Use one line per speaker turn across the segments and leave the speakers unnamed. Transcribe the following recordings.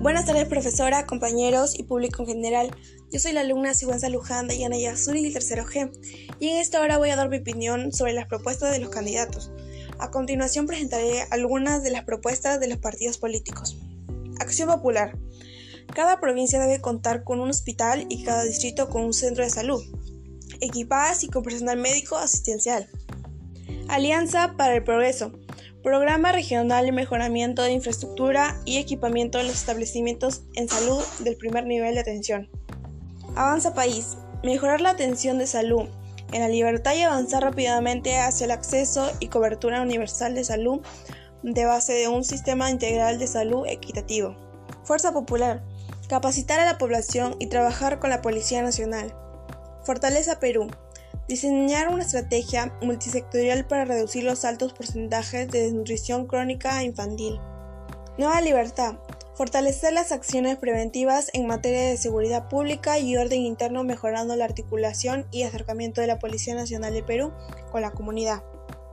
Buenas tardes, profesora, compañeros y público en general. Yo soy la alumna Sigüenza Luján de Yana Yasuri del tercero G, y en esta hora voy a dar mi opinión sobre las propuestas de los candidatos. A continuación presentaré algunas de las propuestas de los partidos políticos. Acción Popular. Cada provincia debe contar con un hospital y cada distrito con un centro de salud, equipadas y con personal médico asistencial. Alianza para el Progreso. Programa regional de mejoramiento de infraestructura y equipamiento de los establecimientos en salud del primer nivel de atención. Avanza País. Mejorar la atención de salud en la libertad y avanzar rápidamente hacia el acceso y cobertura universal de salud de base de un sistema integral de salud equitativo. Fuerza Popular. Capacitar a la población y trabajar con la Policía Nacional. Fortaleza Perú. Diseñar una estrategia multisectorial para reducir los altos porcentajes de desnutrición crónica infantil. Nueva Libertad. Fortalecer las acciones preventivas en materia de seguridad pública y orden interno, mejorando la articulación y acercamiento de la Policía Nacional de Perú con la comunidad.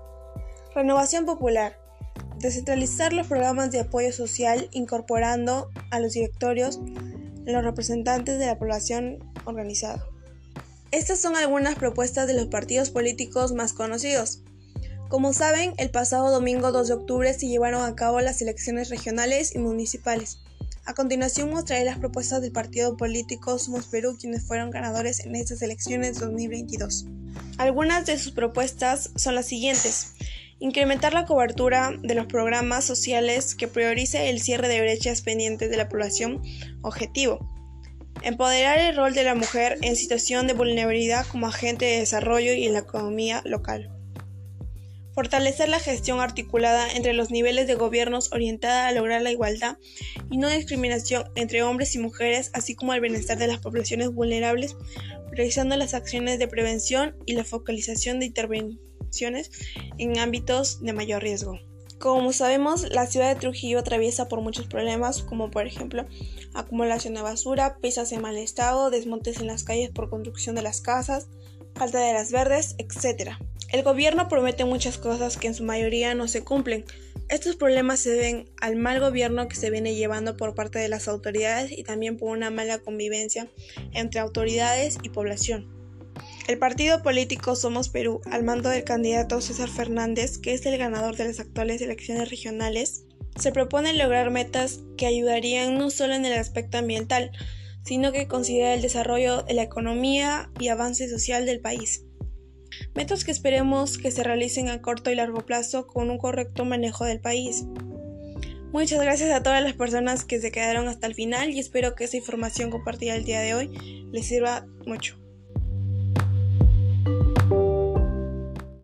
Renovación Popular. Descentralizar los programas de apoyo social, incorporando a los directorios los representantes de la población organizada. Estas son algunas propuestas de los partidos políticos más conocidos. Como saben, el pasado domingo 2 de octubre se llevaron a cabo las elecciones regionales y municipales. A continuación mostraré las propuestas del partido político Somos Perú, quienes fueron ganadores en estas elecciones 2022. Algunas de sus propuestas son las siguientes: incrementar la cobertura de los programas sociales que priorice el cierre de brechas pendientes de la población objetivo. Empoderar el rol de la mujer en situación de vulnerabilidad como agente de desarrollo y en la economía local. Fortalecer la gestión articulada entre los niveles de gobiernos orientada a lograr la igualdad y no discriminación entre hombres y mujeres, así como el bienestar de las poblaciones vulnerables, priorizando las acciones de prevención y la focalización de intervenciones en ámbitos de mayor riesgo. Como sabemos, la ciudad de Trujillo atraviesa por muchos problemas, como por ejemplo acumulación de basura, pisas en mal estado, desmontes en las calles por construcción de las casas, falta de áreas verdes, etc. El gobierno promete muchas cosas que en su mayoría no se cumplen. Estos problemas se deben al mal gobierno que se viene llevando por parte de las autoridades y también por una mala convivencia entre autoridades y población. El partido político Somos Perú, al mando del candidato César Fernández, que es el ganador de las actuales elecciones regionales, se propone lograr metas que ayudarían no solo en el aspecto ambiental, sino que considera el desarrollo de la economía y avance social del país. Metas que esperemos que se realicen a corto y largo plazo con un correcto manejo del país. Muchas gracias a todas las personas que se quedaron hasta el final y espero que esa información compartida el día de hoy les sirva mucho.